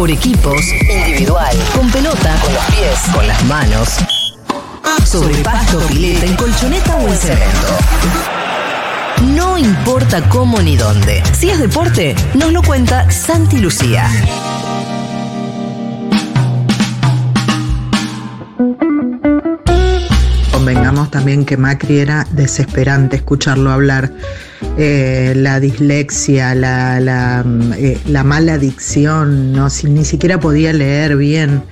por equipos, individual, con pelota, con los pies, con las manos, sobre pasto, pileta, en colchoneta o en cemento. No importa cómo ni dónde. Si es deporte, nos lo cuenta Santi Lucía. Convengamos también que Macri era desesperante escucharlo hablar. La dislexia, la mala dicción, no, ni siquiera podía leer bien.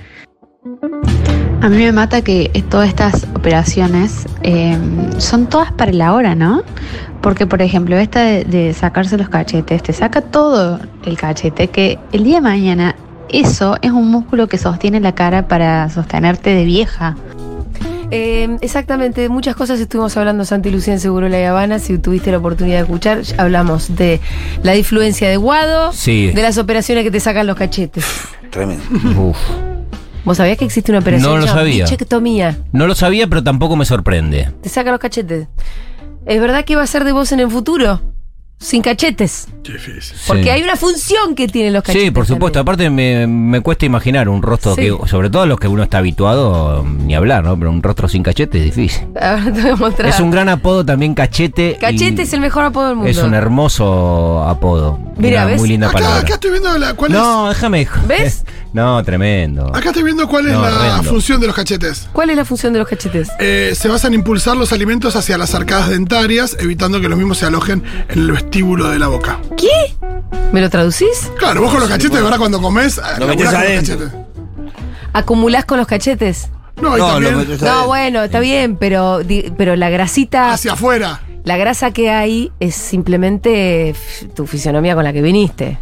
A mí me mata que todas estas operaciones son todas para la hora, ¿no? Porque, por ejemplo, esta de sacarse los cachetes, te saca todo el cachete, que el día de mañana eso es un músculo que sostiene la cara para sostenerte de vieja. Exactamente, muchas cosas estuvimos hablando Santi y Lucía en Segurola y Habana. Si tuviste la oportunidad de escuchar, hablamos de la difluencia de Guado, sí, de las operaciones que te sacan los cachetes. Tremendo. Uf. ¿Vos sabías que existe una operación? No lo sabía. Bichectomía. No lo sabía, pero tampoco me sorprende. Te saca los cachetes. ¿Es verdad que va a ser de vos en el futuro? Sin cachetes. Difícil. Porque Sí. hay una función que tienen los cachetes. Sí, por supuesto. también. Aparte me cuesta imaginar un rostro Sí. que, sobre todo los que uno está habituado, ni hablar, ¿no? Pero un rostro sin cachete es difícil. Ahora te voy a mostrar. Es un gran apodo también, cachete. Cachete es el mejor apodo del mundo. Es un hermoso apodo. Mira, Una ¿ves? muy linda palabra. Acá estoy viendo cuál No, déjame. ¿Ves? No, tremendo. Acá estoy viendo cuál es No, la horrendo. función de los cachetes. ¿Cuál es la función de los cachetes? Se basa en impulsar los alimentos hacia las arcadas dentarias, evitando que los mismos se alojen en el vestíbulo de la boca. ¿Qué? ¿Me lo traducís? Claro, vos con los cachetes, de verdad, cuando comés, Lo laburás metés con los adentro. cachetes. ¿Acumulás con los cachetes? No, y No, también lo metés No, adentro. bueno, está bien, pero la grasita, hacia afuera. la grasa que hay es simplemente tu fisionomía con la que viniste.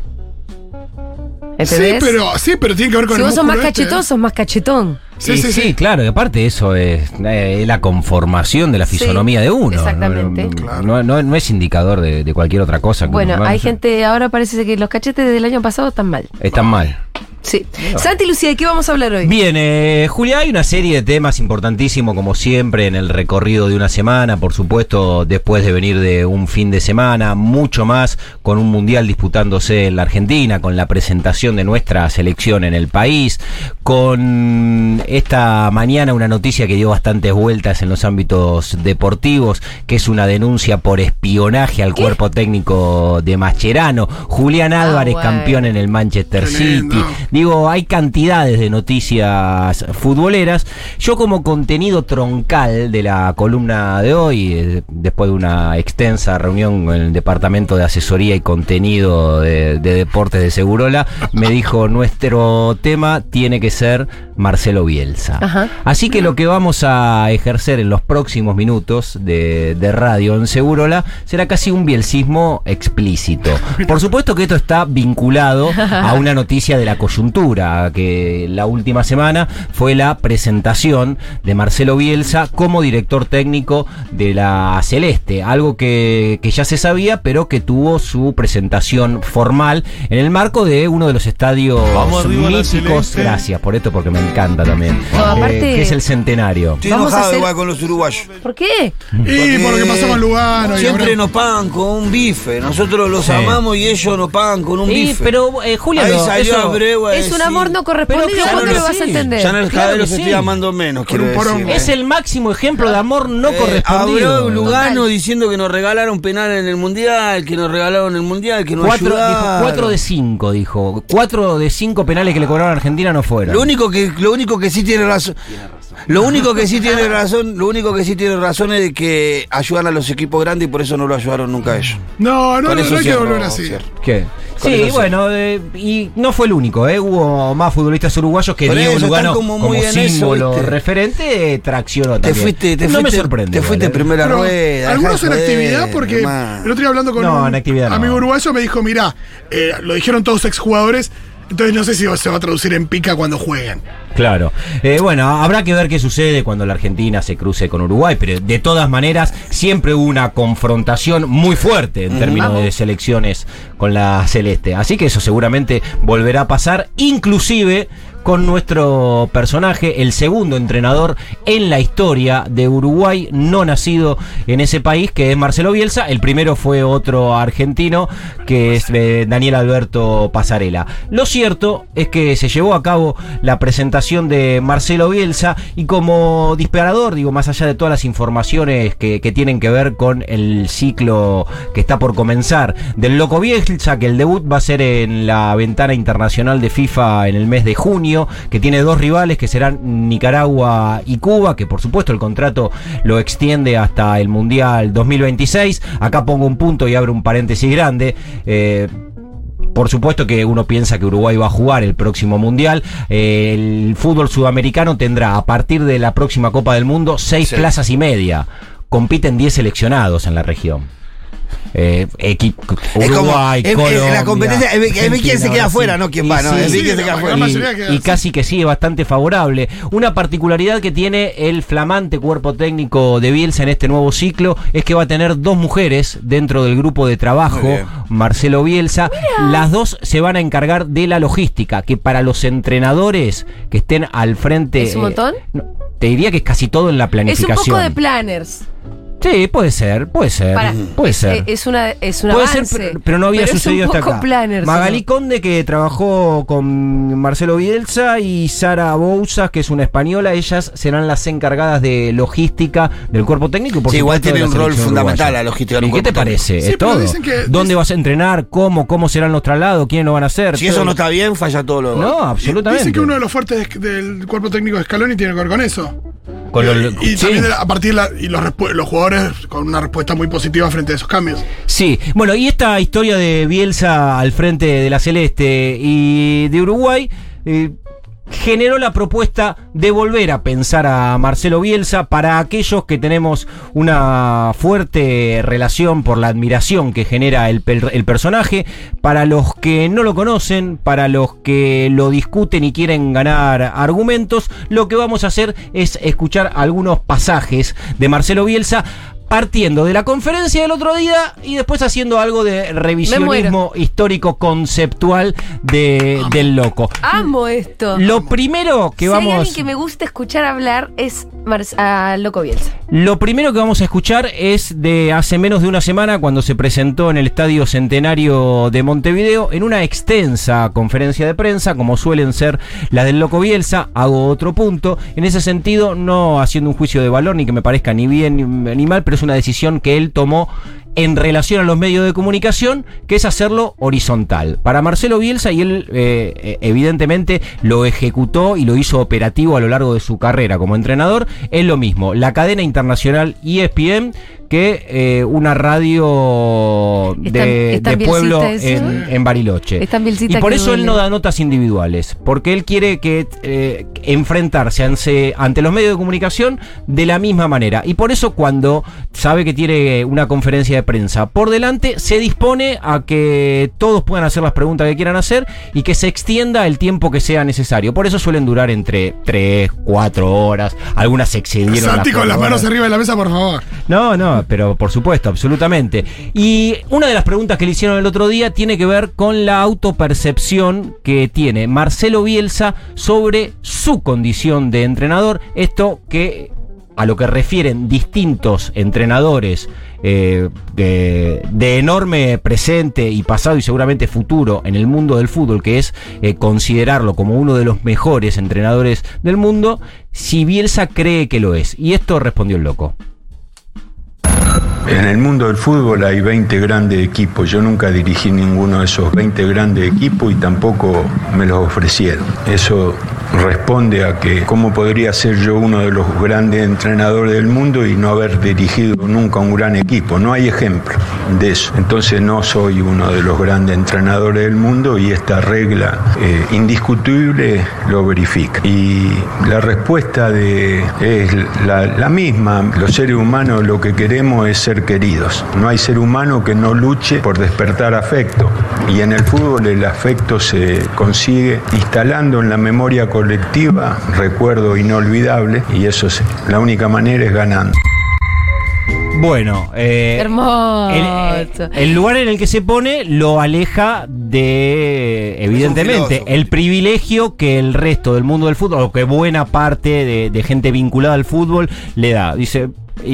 ¿Entendés? Sí, pero tiene que ver con Si el vos sos más músculo este, cachetón, sos más cachetón. Sí. Claro, y aparte eso es la conformación de la fisonomía Sí, de uno. exactamente. No es indicador de cualquier otra cosa. que Bueno, uno- hay gente, ahora parece que los cachetes del año pasado están mal. Están mal. Sí. Santi y Lucía, ¿de qué vamos a hablar hoy? Bien, Julia, hay una serie de temas importantísimos, como siempre, en el recorrido de una semana, por supuesto, después de venir de un fin de semana, mucho más con un mundial disputándose en la Argentina, con la presentación de nuestra selección en el país, con esta mañana una noticia que dio bastantes vueltas en los ámbitos deportivos, que es una denuncia por espionaje al cuerpo técnico de Mascherano, Julián Álvarez, bueno. campeón en el Manchester Tremendo. City. Digo, hay cantidades de noticias futboleras. Yo, como contenido troncal de la columna de hoy, después de una extensa reunión con el departamento de asesoría y contenido de deportes de Segurola, me dijo, nuestro tema tiene que ser Marcelo Bielsa. Ajá. Así que lo que vamos a ejercer en los próximos minutos de radio en Segurola será casi un bielsismo explícito. Por supuesto que esto está vinculado a una noticia de la coyuntura, que la última semana fue la presentación de Marcelo Bielsa como director técnico de la Celeste, algo que ya se sabía, pero que tuvo su presentación formal en el marco de uno de los estadios Vamos arriba, la míticos. Celeste. Gracias por esto, porque me encanta también. No, aparte- Que es el centenario. Estoy Vamos a enojado hacer- igual con los uruguayos. ¿Por qué? Y por lo que pasó con Lugano. y Siempre ahora- nos pagan con un bife. Nosotros los Sí. amamos y ellos nos pagan con un Sí, bife. pero Julia, Ahí no, salió eso- Abreu a Es un decir- amor no correspondido. Pero ¿Cuándo claro lo que vas a sí. entender? Ya no Claro cada vez que los sí. estoy amando menos, Con quiero un porongo. decir. es el máximo ejemplo de amor no correspondido. Abreu, Lugano Total. diciendo que nos regalaron penal en el Mundial, que nos regalaron el Mundial, que nos Dijo ayudaron. 4 de 5, dijo. 4 de 5 penales que le cobraron a Argentina no fueron. Lo único que sí tiene razón. Lo único que sí tiene razón es de que ayudan a los equipos grandes y por eso no lo ayudaron nunca a ellos. No Con hay eso que cierro, volver así. cierro. ¿Qué? Con Sí, eso bueno, y no fue el único, hubo más futbolistas uruguayos que Por Diego eso, Lugano están como como muy en eso, símbolo ¿viste? referente traccionó Te también. fuiste, no me sorprende. Te fuiste igual, primera Pero rueda. algunos en dejá de joder, actividad, porque hermano. el otro día hablando con No, un en actividad no. amigo uruguayo me dijo, mirá, lo dijeron todos exjugadores, entonces no sé si se va a traducir en pica cuando jueguen. Claro. Bueno, habrá que ver qué sucede cuando la Argentina se cruce con Uruguay, pero de todas maneras siempre hubo una confrontación muy fuerte en términos de selecciones con la Celeste. Así que eso seguramente volverá a pasar, inclusive con nuestro personaje, el segundo entrenador en la historia de Uruguay, no nacido en ese país, que es Marcelo Bielsa. El primero fue otro argentino, que es Daniel Alberto Passarella. Lo cierto es que se llevó a cabo la presentación de Marcelo Bielsa y como disparador, digo, más allá de todas las informaciones que tienen que ver con el ciclo que está por comenzar del Loco Bielsa, que el debut va a ser en la ventana internacional de FIFA en el mes de junio, que tiene dos rivales que serán Nicaragua y Cuba, que por supuesto el contrato lo extiende hasta el Mundial 2026. Acá pongo un punto y abro un paréntesis grande. Por supuesto que uno piensa que Uruguay va a jugar el próximo Mundial. El fútbol sudamericano tendrá a partir de la próxima Copa del Mundo 6 plazas y media. Compiten 10 seleccionados en la región. Uruguay, Colombia, la competencia es quién se queda afuera, no quién va, ¿no? Es quién se queda afuera. Y casi que sí, es bastante favorable. Una particularidad que tiene el flamante cuerpo técnico de Bielsa en este nuevo ciclo es que va a tener 2 mujeres dentro del grupo de trabajo, Marcelo Bielsa. Mira. Las 2 se van a encargar de la logística, que para los entrenadores que estén al frente... ¿Es un montón? Te diría que es casi todo en la planificación. Es un poco de planners. Sí, puede ser. Puede ser. Es un puede avance, ser, pero no había sucedido hasta acá. Planners, Magalí Conde, que trabajó con Marcelo Bielsa, y Sara Bouzas, que es una española, ellas serán las encargadas de logística del cuerpo técnico. Por igual tiene un rol fundamental la logística. ¿Y qué te parece? Sí, es todo. ¿Dónde vas a entrenar? ¿Cómo serán los traslados? ¿Quiénes lo van a hacer? Si eso no está bien, falla todo lo demás. No, absolutamente. Dicen que uno de los fuertes del cuerpo técnico de Scaloni tiene que ver con eso. Y sí. También a partir de los jugadores con una respuesta muy positiva frente a esos cambios. Sí, bueno, y esta historia de Bielsa al frente de la Celeste y de Uruguay generó la propuesta de volver a pensar a Marcelo Bielsa para aquellos que tenemos una fuerte relación por la admiración que genera el personaje, para los que no lo conocen, para los que lo discuten y quieren ganar argumentos. Lo que vamos a hacer es escuchar algunos pasajes de Marcelo Bielsa, partiendo de la conferencia del otro día y después haciendo algo de revisionismo histórico conceptual del loco. Amo esto. Lo primero que Hay alguien que me gusta escuchar hablar es a Loco Bielsa. Lo primero que vamos a escuchar es de hace menos de una semana, cuando se presentó en el Estadio Centenario de Montevideo en una extensa conferencia de prensa, como suelen ser las del Loco Bielsa. Hago otro punto. En ese sentido, no haciendo un juicio de valor, ni que me parezca ni bien ni mal, pero es una decisión que él tomó en relación a los medios de comunicación, que es hacerlo horizontal. Para Marcelo Bielsa, y él evidentemente lo ejecutó y lo hizo operativo a lo largo de su carrera como entrenador, es lo mismo. La cadena internacional ESPN que una radio de pueblo en Bariloche. Y por eso él no da notas individuales, porque él quiere enfrentarse ante los medios de comunicación de la misma manera. Y por eso, cuando sabe que tiene una conferencia de prensa por delante, se dispone a que todos puedan hacer las preguntas que quieran hacer y que se extienda el tiempo que sea necesario. Por eso suelen durar entre 3, 4 horas. Algunas se excedieron. Santi, con las manos arriba de la mesa, por favor. No, pero por supuesto, absolutamente. Y una de las preguntas que le hicieron el otro día tiene que ver con la autopercepción que tiene Marcelo Bielsa sobre su condición de entrenador. Esto que a lo que refieren distintos entrenadores de enorme presente y pasado y seguramente futuro en el mundo del fútbol, que es considerarlo como uno de los mejores entrenadores del mundo, si Bielsa cree que lo es. Y esto respondió el loco. En el mundo del fútbol hay 20 grandes equipos. Yo nunca dirigí ninguno de esos 20 grandes equipos y tampoco me los ofrecieron. Eso responde a que cómo podría ser yo uno de los grandes entrenadores del mundo y no haber dirigido nunca un gran equipo. No hay ejemplo de eso. Entonces no soy uno de los grandes entrenadores del mundo y esta regla indiscutible lo verifica. Y la respuesta es la misma. Los seres humanos lo que queremos es ser queridos. No hay ser humano que no luche por despertar afecto. Y en el fútbol el afecto se consigue instalando en la memoria colectiva recuerdo inolvidable, y eso la única manera es ganando. Bueno, Hermoso. el lugar en el que se pone lo aleja de, evidentemente, el privilegio que el resto del mundo del fútbol, o que buena parte de gente vinculada al fútbol le da. Dice...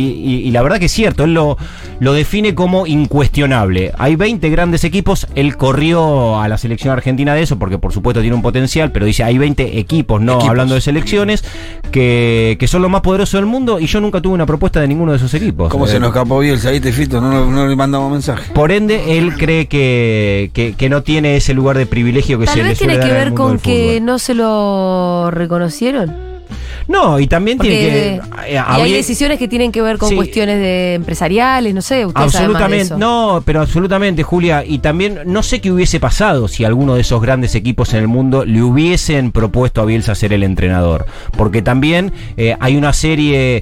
Y la verdad que es cierto, él lo define como incuestionable. Hay 20 grandes equipos, él corrió a la selección argentina de eso, porque por supuesto tiene un potencial, pero dice, hay 20 equipos, hablando de selecciones, que son los más poderosos del mundo, y yo nunca tuve una propuesta de ninguno de esos equipos. ¿Cómo se nos escapó Bielsa? ¿Viste, Fito? No le mandamos mensaje. Por ende, él cree que no tiene ese lugar de privilegio que Tal se le vez suele tiene dar que en el ver mundo con del que fútbol. no se lo reconocieron. No, y también Porque tiene que... y hay decisiones que tienen que ver con cuestiones de empresariales, no sé, usted sabe más de eso. No, pero absolutamente, Julia, y también no sé qué hubiese pasado si alguno de esos grandes equipos en el mundo le hubiesen propuesto a Bielsa ser el entrenador, porque también hay una serie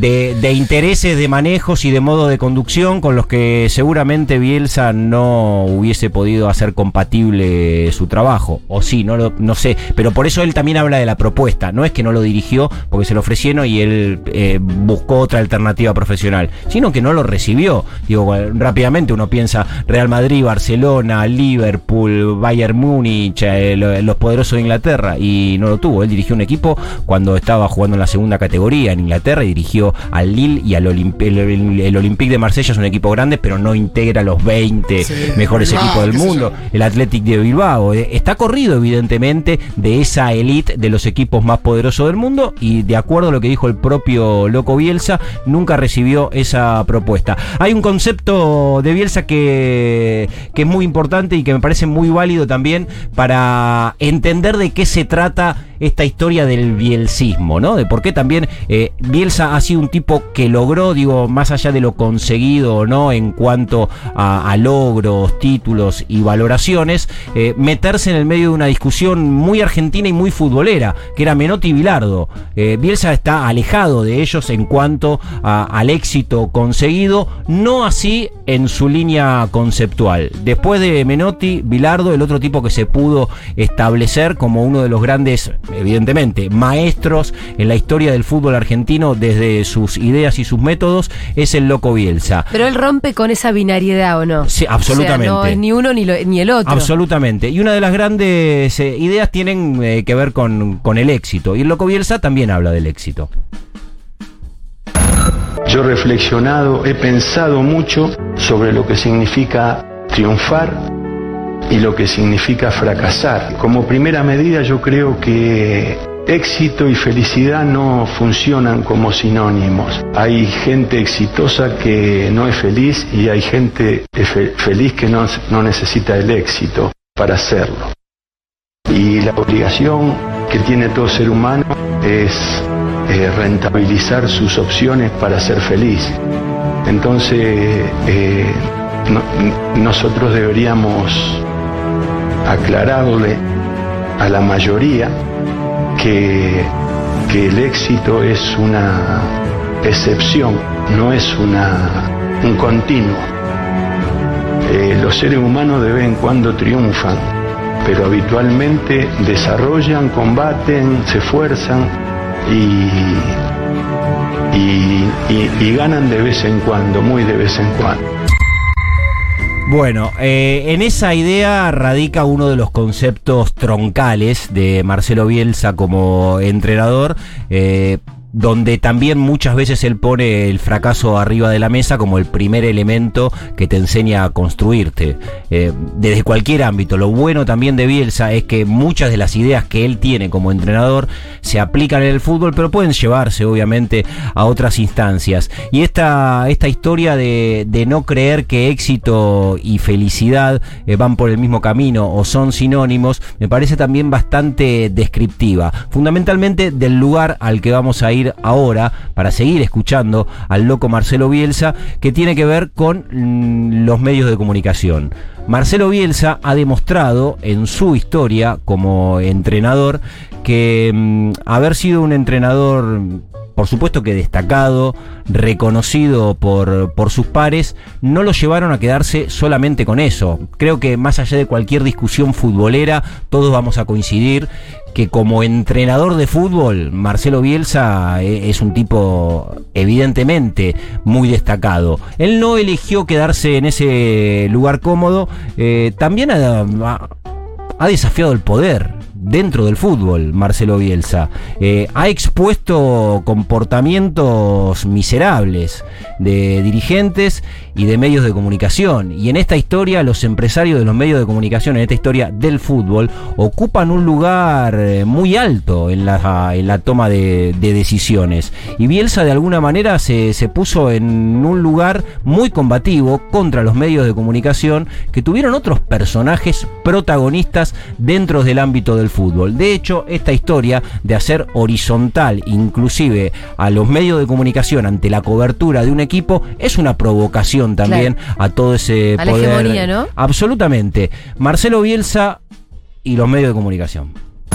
de intereses, de manejos y de modo de conducción con los que seguramente Bielsa no hubiese podido hacer compatible su trabajo, o sí, no sé, pero por eso él también habla de la propuesta, no es que no lo dirigió porque se lo ofrecieron y él buscó otra alternativa profesional, sino que no lo recibió. Digo, rápidamente uno piensa Real Madrid, Barcelona, Liverpool, Bayern Múnich, los poderosos de Inglaterra, y no lo tuvo. Él dirigió un equipo cuando estaba jugando en la segunda categoría en Inglaterra, y dirigió al Lille y al el Olympique de Marsella. Es un equipo grande, pero no integra los 20 mejores equipos del mundo. El Athletic de Bilbao está corrido evidentemente de esa elite de los equipos más poderosos del mundo, y de acuerdo a lo que dijo el propio Loco Bielsa, nunca recibió esa propuesta. Hay un concepto de Bielsa que es muy importante y que me parece muy válido también para entender de qué se trata esta historia del bielsismo, ¿no? De por qué también Bielsa ha sido un tipo que logró, digo, más allá de lo conseguido, ¿no?, en cuanto a logros, títulos y valoraciones, meterse en el medio de una discusión muy argentina y muy futbolera, que era Menotti y Bilardo. Bielsa está alejado de ellos en cuanto al éxito conseguido, no así en su línea conceptual. Después de Menotti, Bilardo, el otro tipo que se pudo establecer como uno de los grandes, evidentemente, maestros en la historia del fútbol argentino desde sus ideas y sus métodos, es el Loco Bielsa. Pero él rompe con esa binariedad, ¿o no? Sí, absolutamente. O sea, no es ni uno ni el otro. Absolutamente. Y una de las grandes ideas tienen que ver con el éxito. Y el Loco Bielsa también habla del éxito. Yo he reflexionado, he pensado mucho sobre lo que significa triunfar y lo que significa fracasar. Como primera medida, yo creo que éxito y felicidad no funcionan como sinónimos. Hay gente exitosa que no es feliz y hay gente feliz que no necesita el éxito para hacerlo. Y la obligación que tiene todo ser humano es rentabilizar sus opciones para ser feliz. Entonces, nosotros deberíamos aclararle a la mayoría que el éxito es una excepción, no es un continuo. Los seres humanos de vez en cuando triunfan, pero habitualmente desarrollan, combaten, se esfuerzan y ganan de vez en cuando, muy de vez en cuando. Bueno, en esa idea radica uno de los conceptos troncales de Marcelo Bielsa como entrenador, donde también muchas veces él pone el fracaso arriba de la mesa como el primer elemento que te enseña a construirte, desde cualquier ámbito. Lo bueno también de Bielsa es que muchas de las ideas que él tiene como entrenador se aplican en el fútbol, pero pueden llevarse obviamente a otras instancias. Y esta historia de no creer que éxito y felicidad van por el mismo camino o son sinónimos, me parece también bastante descriptiva, fundamentalmente del lugar al que vamos a ir ahora para seguir escuchando al loco Marcelo Bielsa, que tiene que ver con los medios de comunicación. Marcelo Bielsa ha demostrado en su historia como entrenador que haber sido un entrenador por supuesto que destacado, reconocido por sus pares, no lo llevaron a quedarse solamente con eso. Creo que más allá de cualquier discusión futbolera, todos vamos a coincidir que como entrenador de fútbol, Marcelo Bielsa es un tipo evidentemente muy destacado. Él no eligió quedarse en ese lugar cómodo, también ha desafiado el poder dentro del fútbol, Marcelo Bielsa. Ha expuesto comportamientos miserables de dirigentes y de medios de comunicación. Y en esta historia, los empresarios de los medios de comunicación, en esta historia del fútbol, ocupan un lugar muy alto en la toma de decisiones. Y Bielsa, de alguna manera, se puso en un lugar muy combativo contra los medios de comunicación que tuvieron otros personajes protagonistas dentro del ámbito del fútbol. De hecho, esta historia de hacer horizontal inclusive a los medios de comunicación ante la cobertura de un equipo es una provocación también, claro, a todo ese a poder. La hegemonía, ¿no? Absolutamente. Marcelo Bielsa y los medios de comunicación.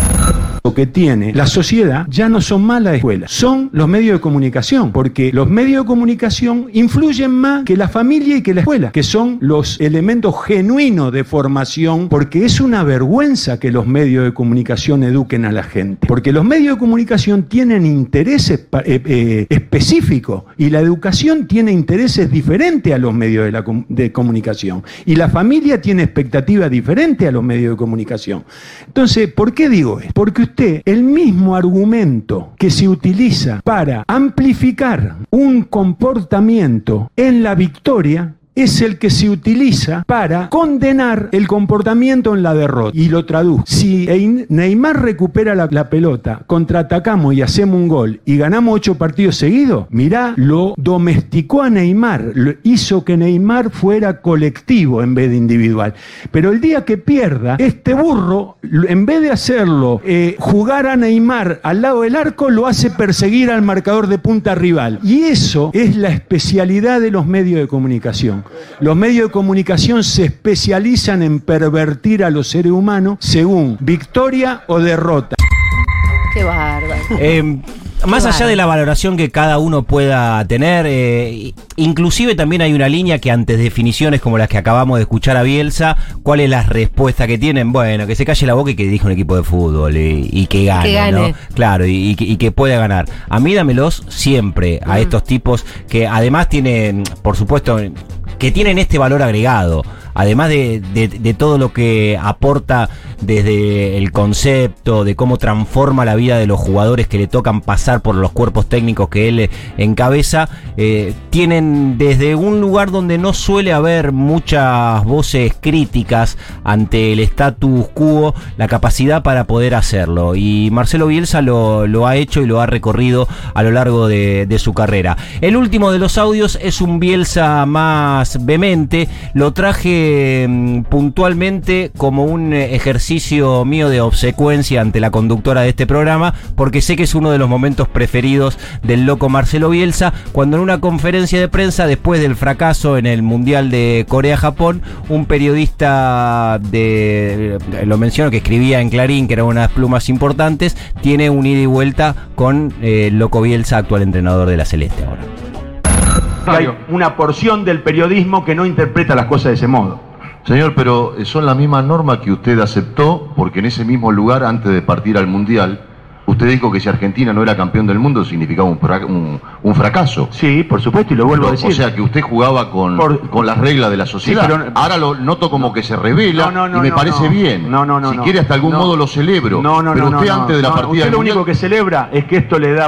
Lo que tiene la sociedad ya no son más las escuelas, son los medios de comunicación, porque los medios de comunicación influyen más que la familia y que la escuela, que son los elementos genuinos de formación, porque es una vergüenza que los medios de comunicación eduquen a la gente, porque los medios de comunicación tienen intereses específicos y la educación tiene intereses diferentes a los medios de comunicación y la familia tiene expectativas diferentes a los medios de comunicación. Entonces, ¿por qué digo esto? Porque el mismo argumento que se utiliza para amplificar un comportamiento en la victoria es el que se utiliza para condenar el comportamiento en la derrota. Y lo traduzco. Si Neymar recupera la pelota, contraatacamos y hacemos un gol y ganamos 8 partidos seguidos, mirá, lo domesticó a Neymar, hizo que Neymar fuera colectivo en vez de individual. Pero el día que pierda, este burro, en vez de hacerlo jugar a Neymar al lado del arco, lo hace perseguir al marcador de punta rival. Y eso es la especialidad de los medios de comunicación. Los medios de comunicación se especializan en pervertir a los seres humanos según victoria o derrota. Qué bárbaro. Más allá de la valoración que cada uno pueda tener, inclusive también hay una línea que ante definiciones como las que acabamos de escuchar a Bielsa, ¿cuál es la respuesta que tienen? Bueno, que se calle la boca y que dirija un equipo de fútbol y que gane, que gane, ¿no? Claro, y que pueda ganar. A mí dámelos siempre a estos tipos que además tienen, por supuesto, que tienen este valor agregado, además de todo lo que aporta desde el concepto, de cómo transforma la vida de los jugadores que le tocan pasar por los cuerpos técnicos que él encabeza, tienen desde un lugar donde no suele haber muchas voces críticas ante el status quo, la capacidad para poder hacerlo. Y Marcelo Bielsa lo ha hecho y lo ha recorrido a lo largo de su carrera. El último de los audios es un Bielsa más vehemente, lo traje puntualmente como un ejercicio mío de obsecuencia ante la conductora de este programa, porque sé que es uno de los momentos preferidos del loco Marcelo Bielsa, cuando en una conferencia de prensa después del fracaso en el Mundial de Corea-Japón, un periodista lo menciono, que escribía en Clarín, que era una de las plumas importantes, tiene un ida y vuelta con el loco Bielsa, actual entrenador de la Celeste ahora. Hay una porción del periodismo que no interpreta las cosas de ese modo. Señor, pero son las mismas normas que usted aceptó, porque en ese mismo lugar, antes de partir al Mundial, usted dijo que si Argentina no era campeón del mundo significaba un fracaso. Sí, por supuesto, y lo vuelvo a decir. O sea, que usted jugaba con las reglas de la sociedad. Sí, pero ahora lo noto como que se revela y me parece bien. Si quiere, hasta algún modo lo celebro. Pero usted antes de la partida usted del lo Mundial... único que celebra es que esto le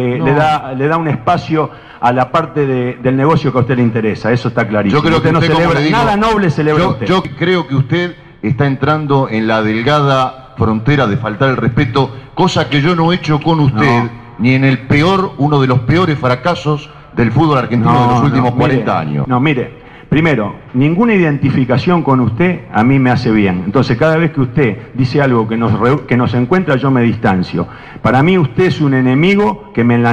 da un espacio a la parte del negocio que a usted le interesa. Eso está clarísimo. Yo creo que usted no celebra nada noble, celebra usted. Yo creo que usted está entrando en la delgada frontera de faltar el respeto, cosa que yo no he hecho con usted, ni en uno de los peores fracasos del fútbol argentino de los últimos 40 años. No, mire, primero, ninguna identificación con usted a mí me hace bien. Entonces, cada vez que usted dice algo que nos encuentra, yo me distancio. Para mí usted es un enemigo que me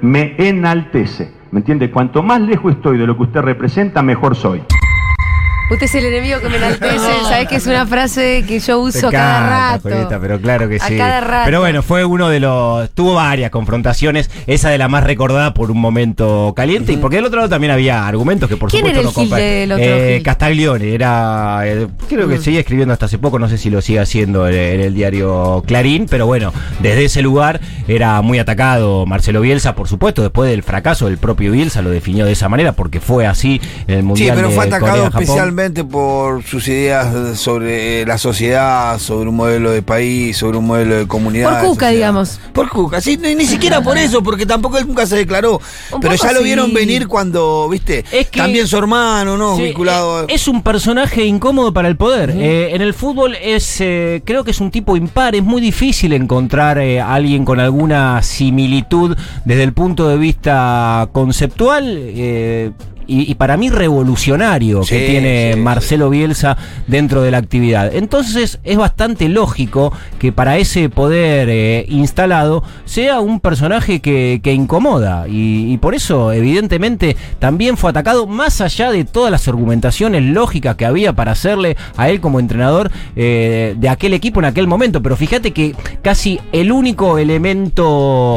enaltece. ¿Me entiende? Cuanto más lejos estoy de lo que usted representa, mejor soy. Usted es el enemigo que me enaltece. Sabés que es una frase que yo uso a cada rato. Julieta, pero claro que sí. A cada rato. Pero bueno, fue uno de los... Tuvo varias confrontaciones. Esa de la más recordada por un momento caliente. Y porque del otro lado también había argumentos que por ¿Quién supuesto era el Gil del otro Gil? Castaglione. Era... creo que seguía escribiendo hasta hace poco. No sé si lo sigue haciendo en el diario Clarín. Pero bueno, desde ese lugar era muy atacado Marcelo Bielsa. Por supuesto, después del fracaso del propio Bielsa lo definió de esa manera porque fue así en el Mundial. Sí, pero fue atacado Corea-Japón. especialmente por sus ideas sobre la sociedad, sobre un modelo de país, sobre un modelo de comunidad. Por Cuca, digamos. Por Cuca, sí, ni siquiera por eso, porque tampoco él nunca se declaró. Pero ya lo vieron venir cuando, viste, es que, también su hermano, ¿no? Sí, vinculado. Es un personaje incómodo para el poder. En el fútbol creo que es un tipo impar, es muy difícil encontrar a alguien con alguna similitud desde el punto de vista conceptual. Y para mí revolucionario que tiene Marcelo Bielsa dentro de la actividad. Entonces es bastante lógico que para ese poder instalado sea un personaje que incomoda y por eso evidentemente también fue atacado más allá de todas las argumentaciones lógicas que había para hacerle a él como entrenador de aquel equipo en aquel momento. Pero fíjate que casi el único elemento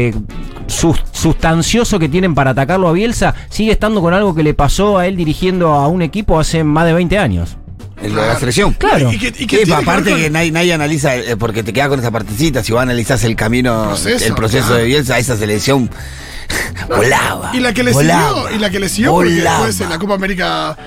sustancioso que tienen para atacarlo a Bielsa sigue estando con algo que le pasó a él dirigiendo a un equipo hace más de 20 años. En lo de la selección. Claro. Aparte que nadie analiza, porque te queda con esa partecita, si vos analizás el camino, el proceso de Bielsa, esa selección volaba. Y la que le siguió, porque después en la Copa América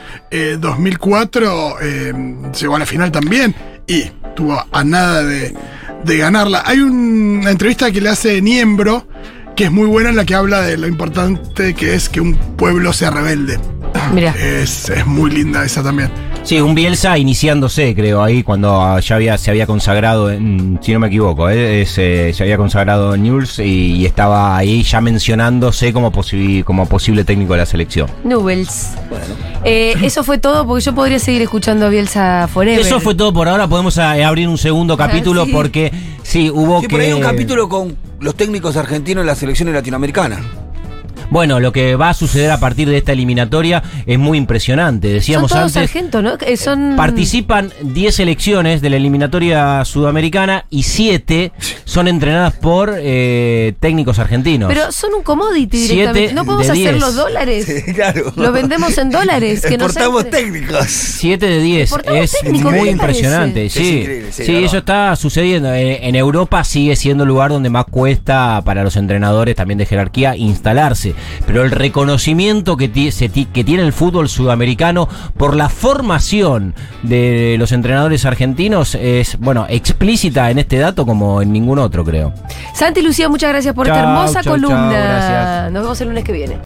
2004 llegó a la final también y tuvo a nada de ganarla. Hay una entrevista que le hace Niembro, que es muy buena, en la que habla de lo importante que es que un pueblo sea rebelde. Mirá. Es muy linda esa también. Sí, un Bielsa iniciándose, creo, ahí cuando ya se había consagrado, si no me equivoco, se había consagrado en Newell's y estaba ahí ya mencionándose como posible técnico de la selección. Newell's. Bueno. Eso fue todo, porque yo podría seguir escuchando a Bielsa forever. Eso fue todo por ahora. Podemos abrir un segundo capítulo sí. Porque hubo por ahí un capítulo con los técnicos argentinos en las selecciones latinoamericanas. Bueno, lo que va a suceder a partir de esta eliminatoria es muy impresionante. Decíamos son todos antes, sargentos, ¿no? Participan 10 selecciones de la eliminatoria sudamericana y 7 son entrenadas por técnicos argentinos. Pero son un commodity directamente. No podemos hacer los dólares. Sí, claro. Lo vendemos en dólares. Que Exportamos técnicos. 7 de 10. Es muy impresionante. Sí, eso está sucediendo. En Europa sigue siendo el lugar donde más cuesta para los entrenadores también de jerarquía instalarse. Pero el reconocimiento que tiene el fútbol sudamericano por la formación de los entrenadores argentinos es, explícita en este dato como en ningún otro, creo. Santi Lucía, muchas gracias por esta hermosa columna. Gracias. Nos vemos el lunes que viene.